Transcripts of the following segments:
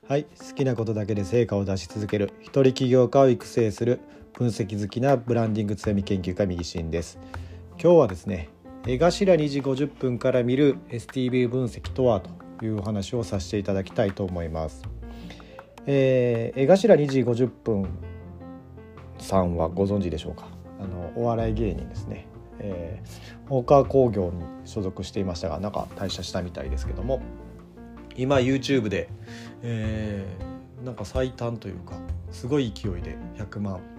はい、好きなことだけで成果を出し続ける一人起業家を育成する分析好きなブランディング強み研究家右進です。今日はですね、江頭2時50分から見る STB 分析とはというお話をさせていただきたいと思います。江頭2時50分さんはご存知でしょうか。お笑い芸人ですね。大川工業に所属していましたが、なんか退社したみたいですけども、今 YouTube で、なんか最短というかすごい勢いで100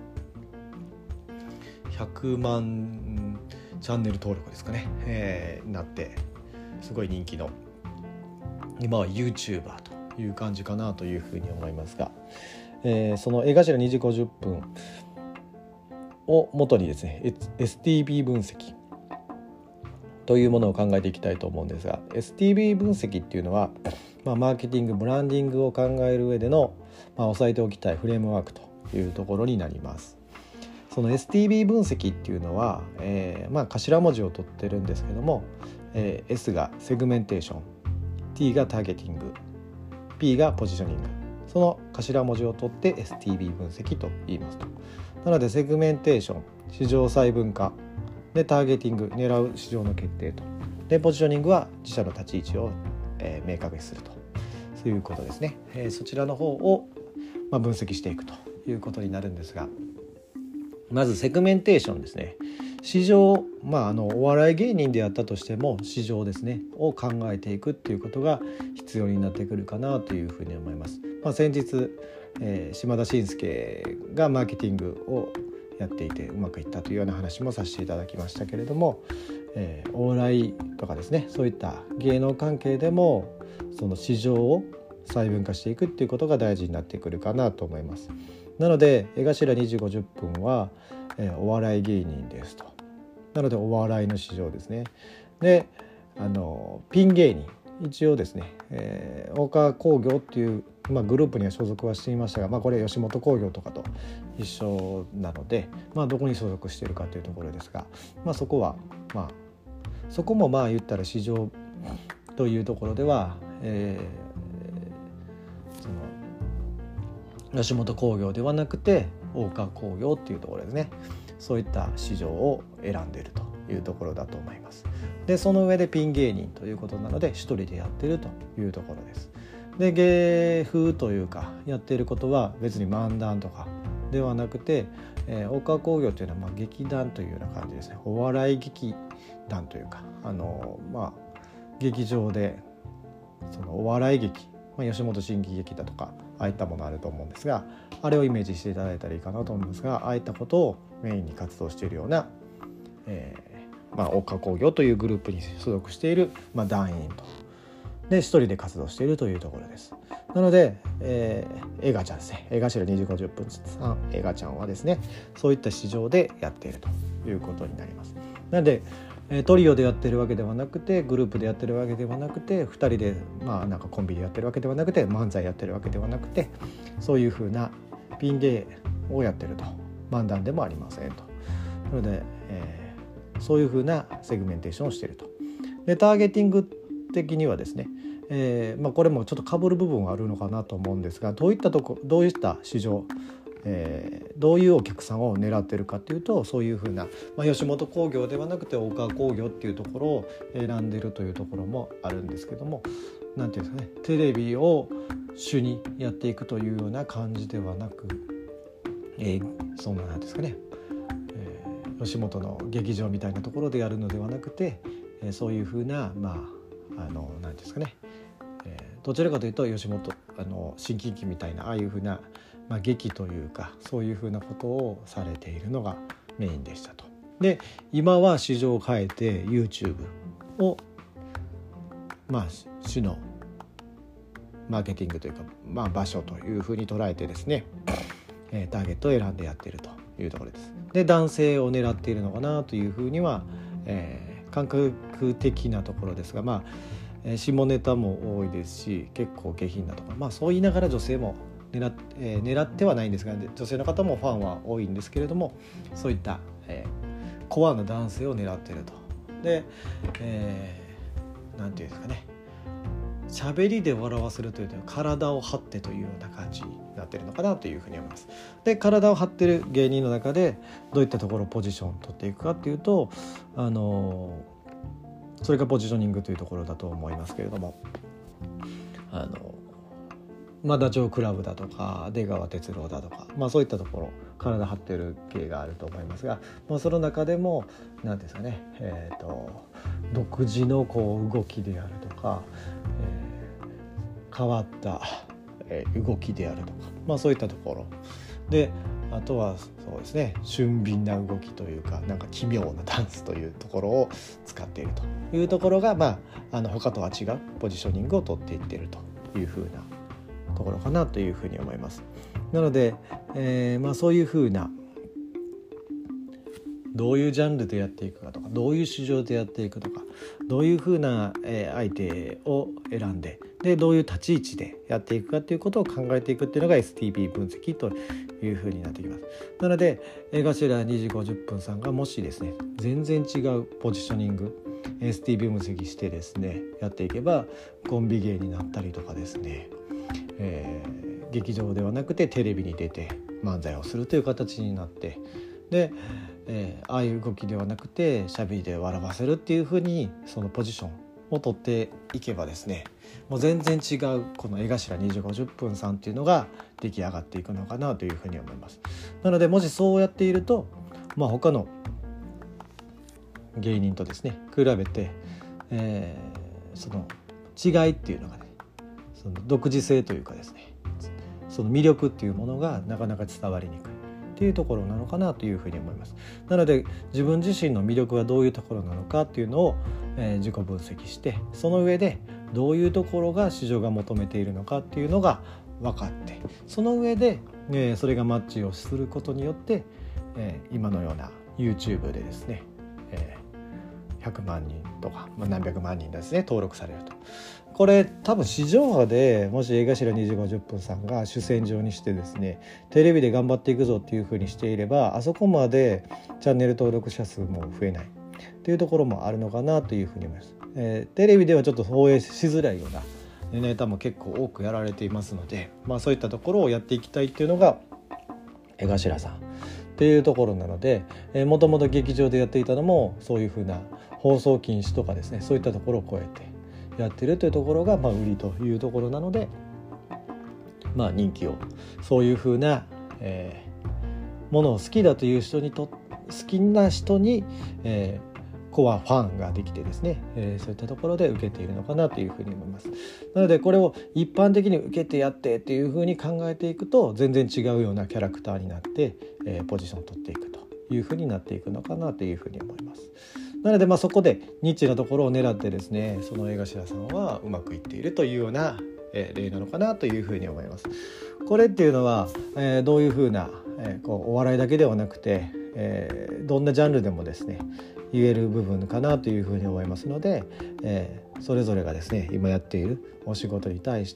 万チャンネル登録ですかね、なってすごい人気の今は YouTuber という感じかなというふうに思いますが、その江頭2時50分を元にですね STB 分析というものを考えていきたいと思うんですが、 STB 分析っていうのは、マーケティングブランディングを考える上での、押さえておきたいフレームワークというところになります。その STB 分析っていうのは、頭文字を取ってるんですけども、S がセグメンテーション、 T がターゲティング、 P がポジショニング、その頭文字を取って STB 分析と言いますと。なのでセグメンテーション、市場細分化で、ターゲティング、狙う市場の決定と、でポジショニングは自社の立ち位置を、明確にすると、そういうことですね。そちらの方を、分析していくということになるんですが、まずセグメンテーションですね。市場、お笑い芸人であったとしても市場ですねを考えていくっていうことが必要になってくるかなというふうに思います。先日、島田紳介がマーケティングをやっていてうまくいったというような話もさせていただきましたけれども、お笑いとかですね、そういった芸能関係でもその市場を細分化していくっていうことが大事になってくるかなと思います。なので江頭2時50分は、お笑い芸人ですと。なのでお笑いの市場ですね。でピン芸人、一応ですね、大川工業っていう、グループには所属はしていましたが、これ吉本工業とかと一緒なので、どこに所属しているかというところですが、そこはそこも言ったら市場というところでは、その吉本工業ではなくて大川工業っていうところですね。そういった市場を選んでいるというところだと思います。でその上でピン芸人ということなので一人でやっているというところです。で芸風というかやっていることは別に漫談とかではなくて、大川工業というのは劇団というような感じですね。お笑い劇団というか劇場でそのお笑い劇、吉本新喜劇だとかああいったものあると思うんですが、あれをイメージしていただいたらいいかなと思うんですが、ああいったことをメインに活動しているような、大川工業というグループに所属している、団員とで一人で活動しているというところです。なので、江頭ですね、江頭2時50分さん、江頭ちゃんはですね、そういった市場でやっているということになります。なのでトリオでやってるわけではなくて、グループでやってるわけではなくて、2人でなんかコンビでやってるわけではなくて、漫才やってるわけではなくて、そういう風なピン芸をやってると、漫談でもありませんと。なので、そういう風なセグメンテーションをしていると。でターゲティング的にはですね、これもちょっと被る部分はあるのかなと思うんですが、どういった市場、どういうお客さんを狙っているかというと、そういうふうな、吉本興業ではなくて大川工業っていうところを選んでいるというところもあるんですけども、なんていうんですかね、テレビを主にやっていくというような感じではなく、そんなんですかね、吉本の劇場みたいなところでやるのではなくて、そういうふうななんですかね、どちらかというと吉本新喜劇みたいなああいうふうな、劇というかそういうふうなことをされているのがメインでしたと。で今は市場を変えて YouTube を主のマーケティングというか、場所というふうに捉えてですね、ターゲットを選んでやっているというところです。で男性を狙っているのかなというふうには、感覚的なところですが、下ネタも多いですし、結構下品なところ、そう言いながら女性も狙ってはないんですが、女性の方もファンは多いんですけれども、そういった、コアな男性を狙っていると。で、なんていうんですかね、 喋りで笑わせるというと体を張ってというような感じになっているのかなというふうに思います。で、体を張っている芸人の中でどういったところポジションを取っていくかというと、それがポジショニングというところだと思いますけれども、ダチョウ倶楽部だとか出川哲朗だとか、そういったところ体張っている系があると思いますが、その中でも何ですかね、独自の動きであるとか、変わった動きであるとか、そういったところで、あとはそうですね、俊敏な動きというか、なんか奇妙なダンスというところを使っているというところが、他とは違うポジショニングを取っていっているというふうなところかなというふうに思います。なので、そういうふうなどういうジャンルでやっていくかとか、どういう市場でやっていくとか、どういうふうな相手を選んで、どういう立ち位置でやっていくかということを考えていくっていうのが STB 分析というふうになってきます。なので江頭2時50分さんがもしですね、全然違うポジショニング STB 分析してですねやっていけば、コンビ芸になったりとかですね、劇場ではなくてテレビに出て漫才をするという形になって、で、ああいう動きではなくて喋りで笑わせるっていう風にそのポジションを取っていけばですね、もう全然違うこの江頭2時50分さんっていうのが出来上がっていくのかなというふうに思います。なのでもしそうやっていると、他の芸人とですね比べて、その違いっていうのがね、その独自性というかですね、その魅力っていうものがなかなか伝わりにくいっていうところなのかなというふうに思います。なので自分自身の魅力はどういうところなのかっていうのを、自己分析して、その上でどういうところが市場が求めているのかっていうのが分かって、その上で、それがマッチをすることによって、今のような YouTube でですね、100万人とか、何百万人ですね登録されると。これ多分地上波でもし江頭2時50分さんが主戦場にしてですね、テレビで頑張っていくぞっていう風にしていれば、あそこまでチャンネル登録者数も増えないっていうところもあるのかなというふうに思います。テレビではちょっと放映しづらいようなネタも結構多くやられていますので、そういったところをやっていきたいっていうのが江頭さんっていうところなので、もともと劇場でやっていたのもそういうふうな放送禁止とかですね、そういったところを超えてやってるというところが売りというところなので、人気をそういうふうな、ものを好きだという人に好きな人に、コアファンができてですね、そういったところで受けているのかなというふうに思います。なのでこれを一般的に受けてやってっていうふうに考えていくと、全然違うようなキャラクターになって、ポジションを取っていくというふうになっていくのかなというふうに思います。なのでそこでニッチなところを狙ってですね、その江頭さんはうまくいっているというような例なのかなというふうに思います。これっていうのは、どういうふうな、お笑いだけではなくて、どんなジャンルでもですね言える部分かなというふうに思いますので、それぞれがですね今やっているお仕事に対して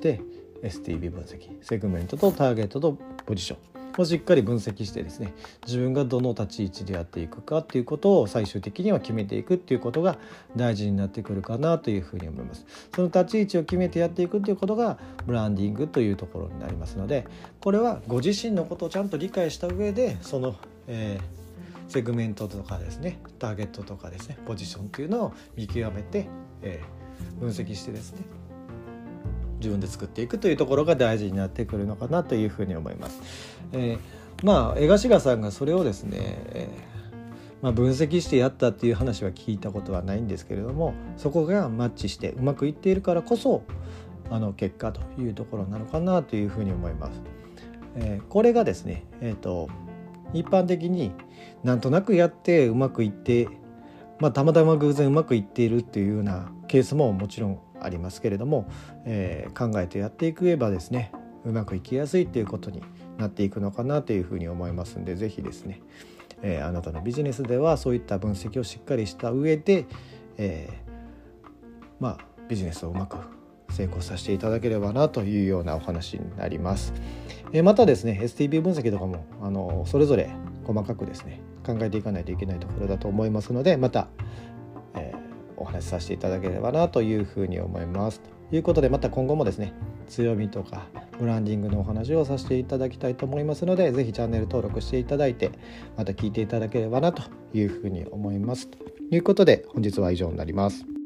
STB 分析、セグメントとターゲットとポジションをしっかり分析してですね、自分がどの立ち位置でやっていくかっていうことを最終的には決めていくっていうことが大事になってくるかなというふうに思います。その立ち位置を決めてやっていくっていうことがブランディングというところになりますので、これはご自身のことをちゃんと理解した上で、その、セグメントとかですね、ターゲットとかですね、ポジションっていうのを見極めて、分析してですね、自分で作っていくというところが大事になってくるのかなというふうに思います。江頭さんがそれをですね、分析してやったっていう話は聞いたことはないんですけれども、そこがマッチしてうまくいっているからこそ結果というところなのかなというふうに思います。これがですね、一般的になんとなくやってうまくいって、たまたま偶然うまくいっているっていうようなケースももちろんありますけれども、考えてやっていけばですねうまくいきやすいっていうことになっていくのかなというふうに思いますので、ぜひですね、あなたのビジネスではそういった分析をしっかりした上で、ビジネスをうまく成功させていただければなというようなお話になります。またですね STB 分析とかもそれぞれ細かくですね考えていかないといけないところだと思いますので、また、 お話しさせていただければなというふうに思います。ということで、また今後もですね、強みとかブランディングのお話をさせていただきたいと思いますので、ぜひチャンネル登録していただいて、また聞いていただければなというふうに思います。ということで、本日は以上になります。